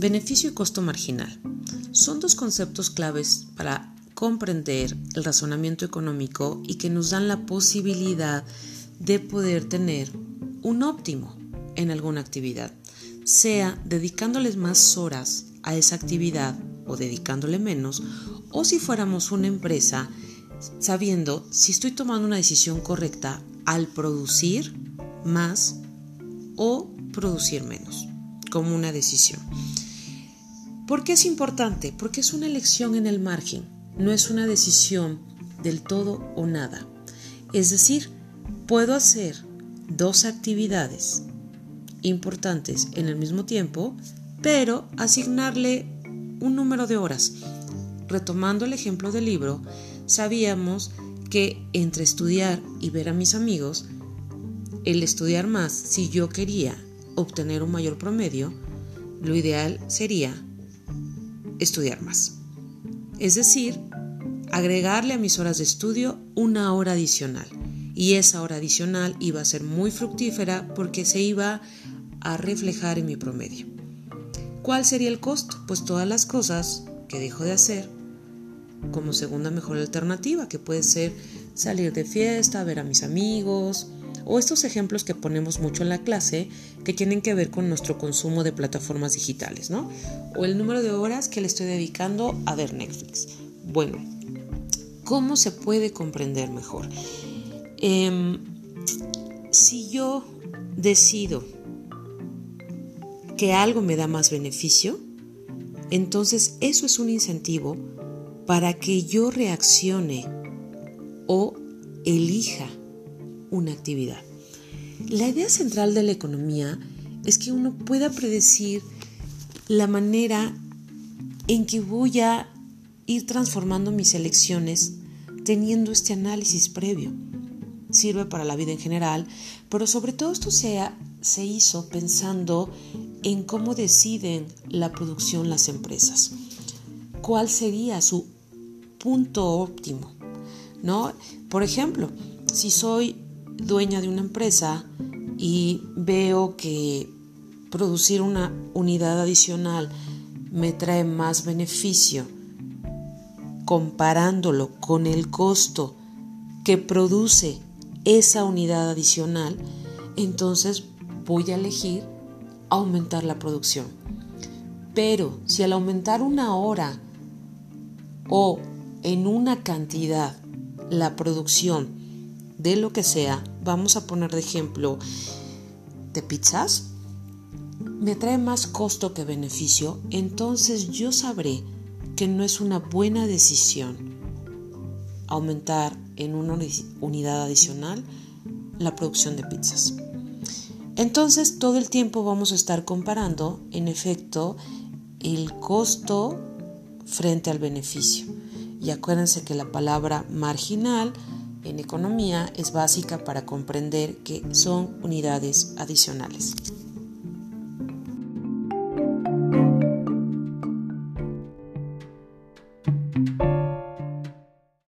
Beneficio y costo marginal son dos conceptos claves para comprender el razonamiento económico y que nos dan la posibilidad de poder tener un óptimo en alguna actividad, sea dedicándoles más horas a esa actividad o dedicándole menos, o si fuéramos una empresa sabiendo si estoy tomando una decisión correcta al producir más o producir menos, como una decisión. ¿Por qué es importante? Porque es una elección en el margen, no es una decisión del todo o nada. Es decir, puedo hacer dos actividades importantes en el mismo tiempo, pero asignarle un número de horas. Retomando el ejemplo del libro, sabíamos que entre estudiar y ver a mis amigos, el estudiar más, si yo quería obtener un mayor promedio, lo ideal sería estudiar más. Es decir, agregarle a mis horas de estudio una hora adicional. Y esa hora adicional iba a ser muy fructífera porque se iba a reflejar en mi promedio. ¿Cuál sería el costo? Pues todas las cosas que dejo de hacer como segunda mejor alternativa, que puede ser salir de fiesta, ver a mis amigos, o estos ejemplos que ponemos mucho en la clase que tienen que ver con nuestro consumo de plataformas digitales, ¿no? O el número de horas que le estoy dedicando a ver Netflix. Bueno, ¿cómo se puede comprender mejor? Si yo decido que algo me da más beneficio, entonces eso es un incentivo para que yo reaccione o elija una actividad. La idea central de la economía es que uno pueda predecir la manera en que voy a ir transformando mis elecciones teniendo este análisis previo. Sirve para la vida en general, pero sobre todo esto se hizo pensando en cómo deciden la producción las empresas. ¿Cuál sería su punto óptimo? ¿No? Por ejemplo, si soy dueña de una empresa y veo que producir una unidad adicional me trae más beneficio comparándolo con el costo que produce esa unidad adicional, entonces voy a elegir aumentar la producción. Pero si al aumentar una hora o en una cantidad la producción de lo que sea, vamos a poner de ejemplo de pizzas, me trae más costo que beneficio, entonces yo sabré que no es una buena decisión aumentar en una unidad adicional la producción de pizzas. Entonces todo el tiempo vamos a estar comparando, en efecto, el costo frente al beneficio. Y acuérdense que la palabra marginal en economía es básica para comprender que son unidades adicionales.